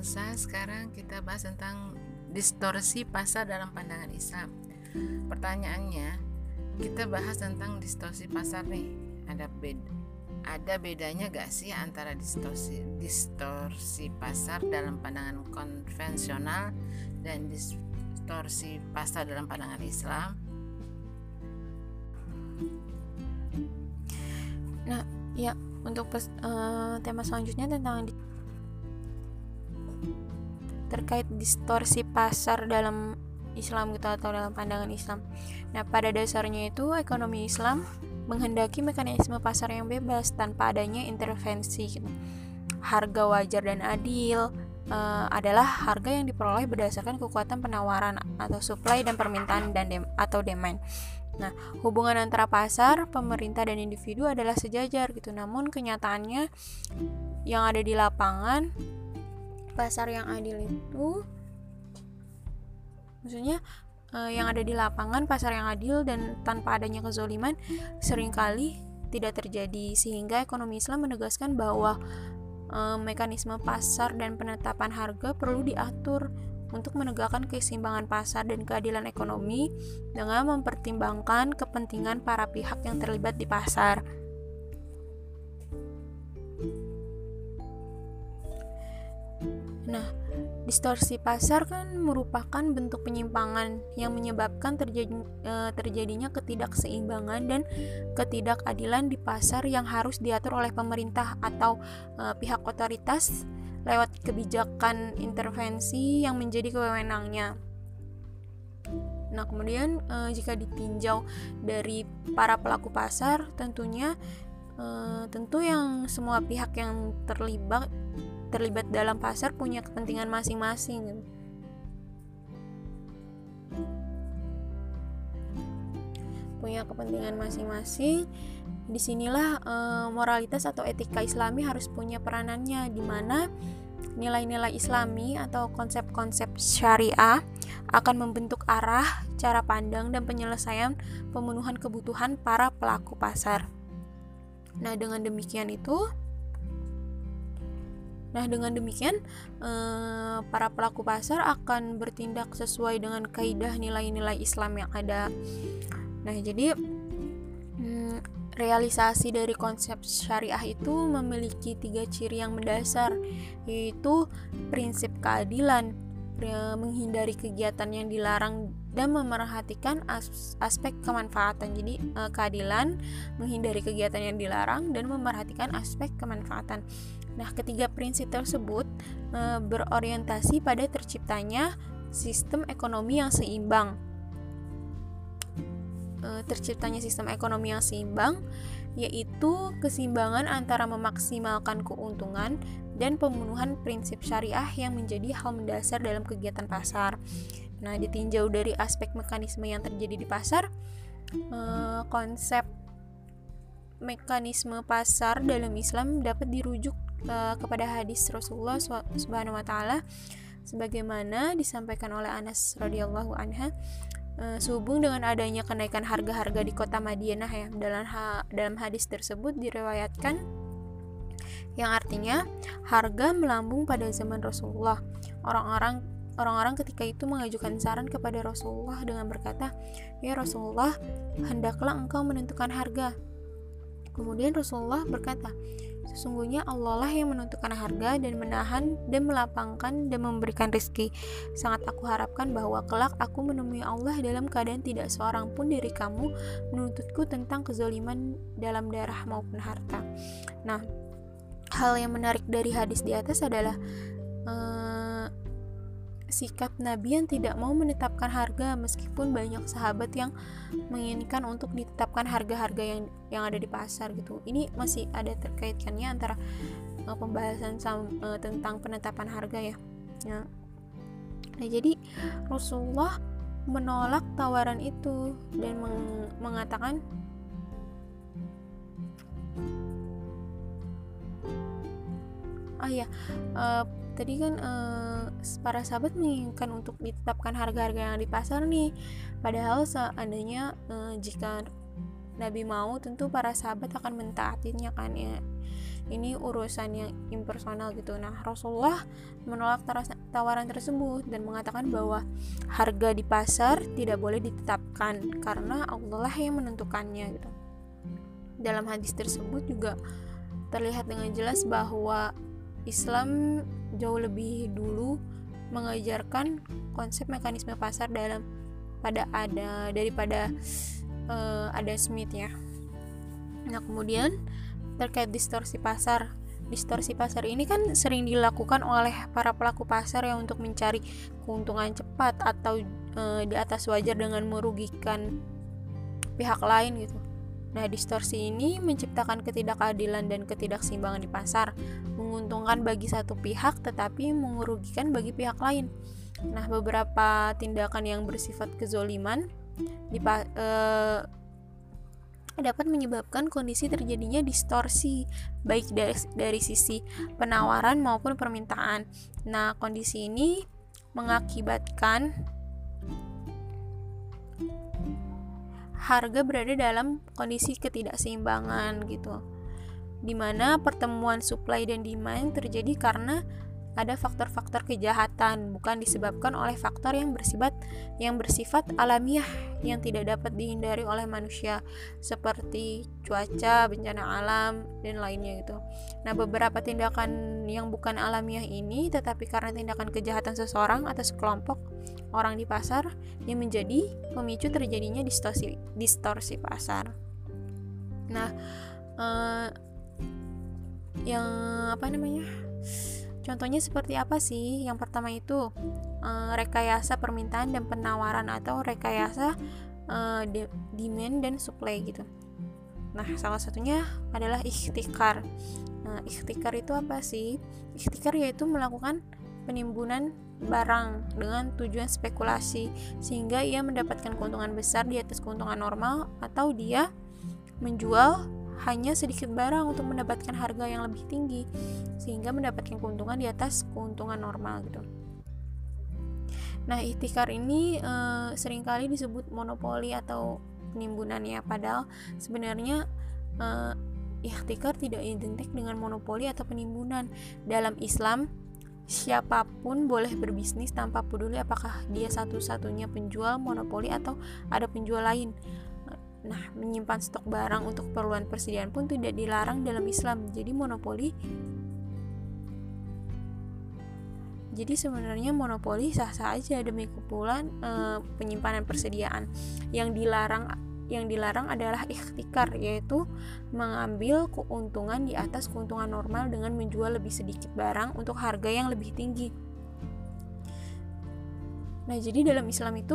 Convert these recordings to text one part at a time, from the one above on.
pemirsa, sekarang kita bahas tentang distorsi pasar dalam pandangan Islam. Pertanyaannya, kita bahas tentang distorsi pasar nih. Ada bedanya gak sih antara distorsi pasar dalam pandangan konvensional dan distorsi pasar dalam pandangan Islam? Nah, ya, untuk tema selanjutnya tentang terkait distorsi pasar dalam Islam gitu, atau dalam pandangan Islam. Nah, pada dasarnya itu ekonomi Islam menghendaki mekanisme pasar yang bebas tanpa adanya intervensi gitu. Harga wajar dan adil adalah harga yang diperoleh berdasarkan kekuatan penawaran atau supply dan permintaan atau demand. Nah, hubungan antara pasar, pemerintah dan individu adalah sejajar gitu. Namun kenyataannya yang ada di lapangan, pasar yang adil itu maksudnya yang ada di lapangan, pasar yang adil dan tanpa adanya kezoliman seringkali tidak terjadi, sehingga ekonomi Islam menegaskan bahwa mekanisme pasar dan penetapan harga perlu diatur untuk menegakkan keseimbangan pasar dan keadilan ekonomi dengan mempertimbangkan kepentingan para pihak yang terlibat di pasar. Nah, distorsi pasar kan merupakan bentuk penyimpangan yang menyebabkan terjadinya ketidakseimbangan dan ketidakadilan di pasar yang harus diatur oleh pemerintah atau pihak otoritas lewat kebijakan intervensi yang menjadi wewenangnya. Nah, kemudian jika ditinjau dari para pelaku pasar, tentu yang semua pihak yang terlibat dalam pasar punya kepentingan masing-masing. Disinilah moralitas atau etika Islami harus punya peranannya, di mana nilai-nilai Islami atau konsep-konsep syariah akan membentuk arah, cara pandang, dan penyelesaian pemenuhan kebutuhan para pelaku pasar. Nah, dengan demikian para pelaku pasar akan bertindak sesuai dengan kaidah nilai-nilai Islam yang ada. Nah, jadi realisasi dari konsep syariah itu memiliki 3 ciri yang mendasar, yaitu prinsip keadilan, menghindari kegiatan yang dilarang dan memerhatikan aspek kemanfaatan. Jadi keadilan, menghindari kegiatan yang dilarang dan memerhatikan aspek kemanfaatan. Nah, ketiga prinsip tersebut berorientasi pada terciptanya sistem ekonomi yang seimbang. Yaitu keseimbangan antara memaksimalkan keuntungan dan pemenuhan prinsip syariah yang menjadi hal mendasar dalam kegiatan pasar. Nah, ditinjau dari aspek mekanisme yang terjadi di pasar, konsep mekanisme pasar dalam Islam dapat dirujuk kepada hadis Rasulullah Subhanahu wa taala sebagaimana disampaikan oleh Anas radhiyallahu anha, sehubung dengan adanya kenaikan harga-harga di kota Madinah ya. Dalam hadis tersebut diriwayatkan yang artinya harga melambung pada zaman Rasulullah. Orang-orang ketika itu mengajukan saran kepada Rasulullah dengan berkata, "Ya Rasulullah, hendaklah engkau menentukan harga." Kemudian Rasulullah berkata, "Sesungguhnya Allah lah yang menentukan harga dan menahan dan melapangkan dan memberikan rezeki. Sangat aku harapkan bahwa kelak aku menemui Allah dalam keadaan tidak seorang pun dari kamu menuntutku tentang kezaliman dalam darah maupun harta." Nah, hal yang menarik dari hadis di atas adalah sikap Nabi yang tidak mau menetapkan harga, meskipun banyak sahabat yang menginginkan untuk ditetapkan harga-harga yang ada di pasar gitu. Ini masih ada terkaitkannya antara pembahasan tentang penetapan harga ya. Nah, jadi Rasulullah menolak tawaran itu dan mengatakan tadi kan para sahabat menginginkan untuk ditetapkan harga-harga yang di pasar nih. Padahal seandainya jika Nabi mau, tentu para sahabat akan mentaatinya kan ya. ini urusan yang impersonal gitu. Nah, Rasulullah menolak tawaran tersebut dan mengatakan bahwa harga di pasar tidak boleh ditetapkan karena Allah lah yang menentukannya gitu. Dalam hadis tersebut juga terlihat dengan jelas bahwa Islam jauh lebih dulu mengajarkan konsep mekanisme pasar daripada Adam Smith ya. Nah, kemudian terkait distorsi pasar. Distorsi pasar ini kan sering dilakukan oleh para pelaku pasar yang untuk mencari keuntungan cepat atau di atas wajar dengan merugikan pihak lain gitu. Nah, distorsi ini menciptakan ketidakadilan dan ketidakseimbangan di pasar, menguntungkan bagi satu pihak tetapi merugikan bagi pihak lain. Nah, beberapa tindakan yang bersifat kezoliman dapat menyebabkan kondisi terjadinya distorsi baik dari sisi penawaran maupun permintaan. Nah, kondisi ini mengakibatkan harga berada dalam kondisi ketidakseimbangan gitu, dimana pertemuan supply dan demand terjadi karena ada faktor-faktor kejahatan, bukan disebabkan oleh faktor yang bersifat alamiah yang tidak dapat dihindari oleh manusia seperti cuaca, bencana alam dan lainnya gitu. Nah, beberapa tindakan yang bukan alamiah ini tetapi karena tindakan kejahatan seseorang atau sekelompok orang di pasar yang menjadi pemicu terjadinya distorsi pasar. Nah, contohnya seperti apa sih? Yang pertama itu rekayasa permintaan dan penawaran atau rekayasa demand dan supply gitu. Nah, salah satunya adalah ikhtikar. Nah, ikhtikar itu apa sih? Ikhtikar yaitu melakukan penimbunan barang dengan tujuan spekulasi sehingga ia mendapatkan keuntungan besar di atas keuntungan normal, atau dia menjual hanya sedikit barang untuk mendapatkan harga yang lebih tinggi sehingga mendapatkan keuntungan di atas keuntungan normal gitu. Nah, ihtikar ini seringkali disebut monopoli atau penimbunan ya, padahal sebenarnya ihtikar tidak identik dengan monopoli atau penimbunan. Dalam Islam, siapapun boleh berbisnis tanpa peduli apakah dia satu-satunya penjual monopoli atau ada penjual lain. Nah, menyimpan stok barang untuk keperluan persediaan pun tidak dilarang dalam Islam. Jadi sebenarnya monopoli sah-sah aja demi keperluan penyimpanan persediaan. Yang dilarang adalah ikhtikar, yaitu mengambil keuntungan di atas keuntungan normal dengan menjual lebih sedikit barang untuk harga yang lebih tinggi. Nah, jadi dalam Islam itu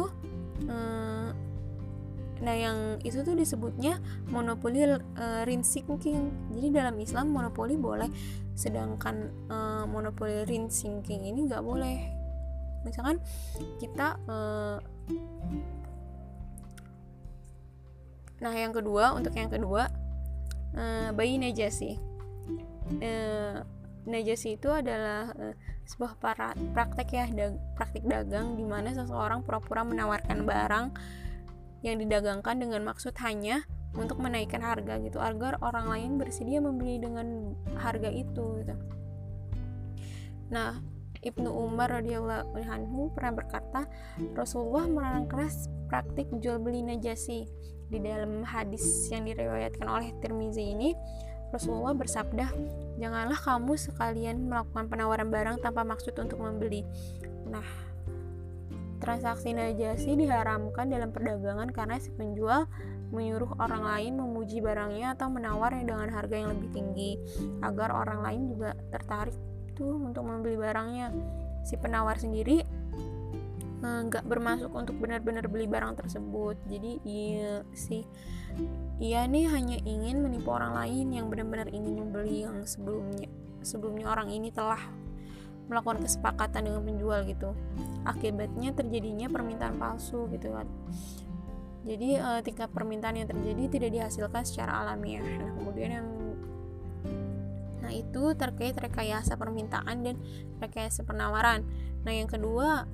yang itu tuh disebutnya monopoli rent seeking. Jadi dalam Islam monopoli boleh, sedangkan monopoli rent seeking ini nggak boleh. Misalkan kita untuk yang kedua bayi najasi. Najasi itu adalah sebuah praktek dagang di mana seseorang pura-pura menawarkan barang yang didagangkan dengan maksud hanya untuk menaikkan harga gitu, agar orang lain bersedia membeli dengan harga itu gitu. Nah, Ibnu Umar radhiyallahu anhu pernah berkata, Rasulullah melarang keras praktik jual beli najasi. Di dalam hadis yang diriwayatkan oleh Tirmizi ini, Rasulullah bersabda, janganlah kamu sekalian melakukan penawaran barang tanpa maksud untuk membeli. Nah, transaksi najasi diharamkan dalam perdagangan karena si penjual menyuruh orang lain memuji barangnya atau menawarnya dengan harga yang lebih tinggi agar orang lain juga tertarik tuh untuk membeli barangnya. Si penawar sendiri nggak bermaksud untuk benar-benar beli barang tersebut. Jadi ia nih hanya ingin menipu orang lain yang benar-benar ingin membeli yang sebelumnya orang ini telah melakukan kesepakatan dengan penjual gitu. Akibatnya terjadinya permintaan palsu gitu kan. Jadi tingkat permintaan yang terjadi tidak dihasilkan secara alamiah. Nah, kemudian itu terkait rekayasa permintaan dan rekayasa penawaran. Nah, yang kedua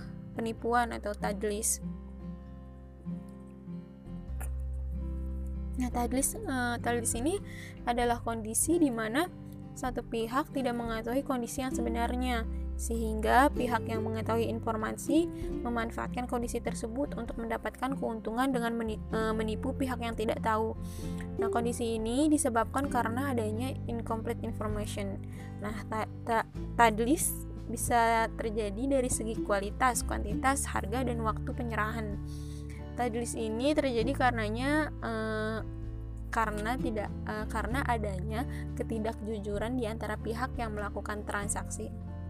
penipuan atau tadlis. Nah, tadlis ini adalah kondisi di mana satu pihak tidak mengetahui kondisi yang sebenarnya, sehingga pihak yang mengetahui informasi memanfaatkan kondisi tersebut untuk mendapatkan keuntungan dengan menipu pihak yang tidak tahu. Nah, kondisi ini disebabkan karena adanya incomplete information. Nah, tadlis bisa terjadi dari segi kualitas, kuantitas, harga, dan waktu penyerahan. Tadlis ini terjadi karena adanya ketidakjujuran di antara pihak yang melakukan transaksi.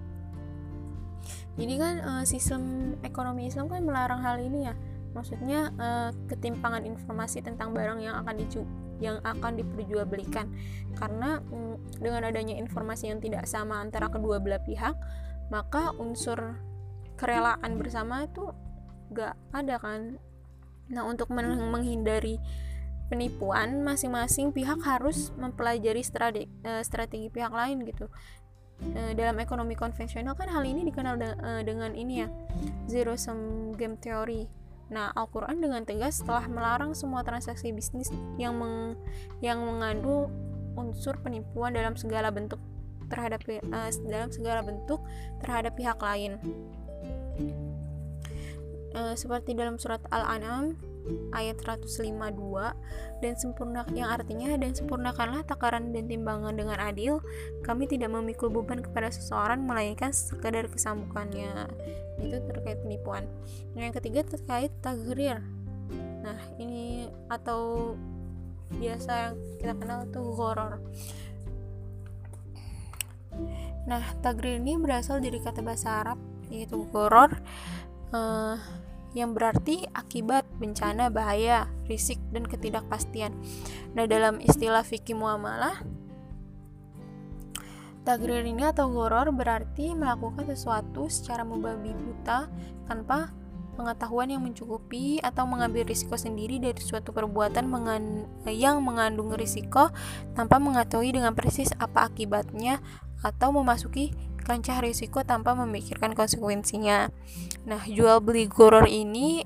Jadi kan sistem ekonomi Islam kan melarang hal ini ya. Maksudnya ketimpangan informasi tentang barang yang akan diperjualbelikan. Karena dengan adanya informasi yang tidak sama antara kedua belah pihak, maka unsur kerelaan bersama itu gak ada kan. Nah, untuk menghindari penipuan, masing-masing pihak harus mempelajari strategi pihak lain gitu. Dalam ekonomi konvensional kan hal ini dikenal dengan ini ya, zero sum game theory. Nah, Al-Quran dengan tegas telah melarang semua transaksi bisnis yang mengandung unsur penipuan dalam segala bentuk terhadap pihak lain. Seperti dalam surat Al-An'am ayat 152, yang artinya, dan sempurnakanlah takaran dan timbangan dengan adil, kami tidak memikul beban kepada seseorang melainkan sekadar kesambukannya. Itu terkait penipuan. Yang ketiga terkait taghrir. Nah, ini atau biasa yang kita kenal tuh gharar. Nah, taghrir ini berasal dari kata bahasa Arab yaitu gharar, yang berarti akibat, bencana, bahaya, risik, dan ketidakpastian. Nah, dalam istilah fikih muamalah, taghrir ini atau gharar berarti melakukan sesuatu secara membabi buta tanpa pengetahuan yang mencukupi atau mengambil risiko sendiri dari suatu perbuatan yang mengandung risiko tanpa mengetahui dengan persis apa akibatnya, atau memasuki kancah risiko tanpa memikirkan konsekuensinya. Nah, jual beli gharar ini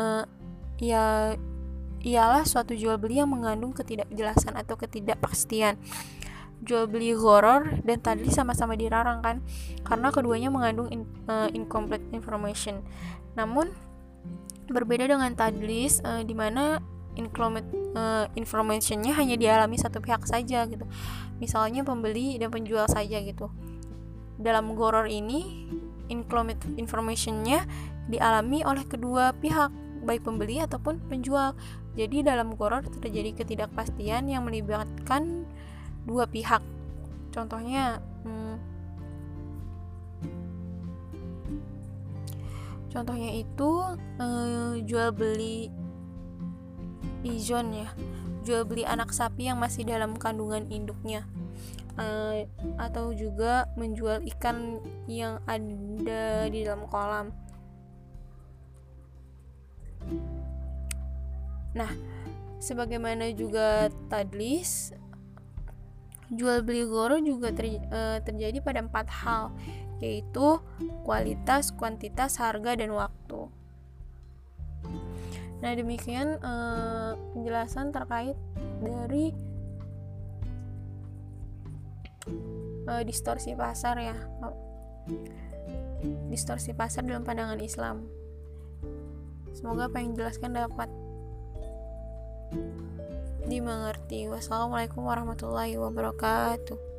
ialah suatu jual beli yang mengandung ketidakjelasan atau ketidakpastian. Jual beli gharar dan tadlis sama-sama dilarang kan, karena keduanya mengandung incomplete information. Namun berbeda dengan tadlis, di mana incomplete informationnya hanya dialami satu pihak saja gitu. Misalnya pembeli dan penjual saja gitu. Dalam gharar ini, incomplete information-nya dialami oleh kedua pihak, baik pembeli ataupun penjual. Jadi dalam gharar terjadi ketidakpastian yang melibatkan dua pihak. Contohnya itu jual beli izon ya, jual beli anak sapi yang masih dalam kandungan induknya. Atau juga menjual ikan yang ada di dalam kolam. Nah, sebagaimana juga tadlis, jual beli gharar juga terjadi pada 4 hal, yaitu kualitas, kuantitas, harga, dan waktu. Nah, demikian penjelasan terkait dari distorsi pasar ya, distorsi pasar dalam pandangan Islam. Semoga apa yang dijelaskan dapat dimengerti. Wassalamualaikum warahmatullahi wabarakatuh.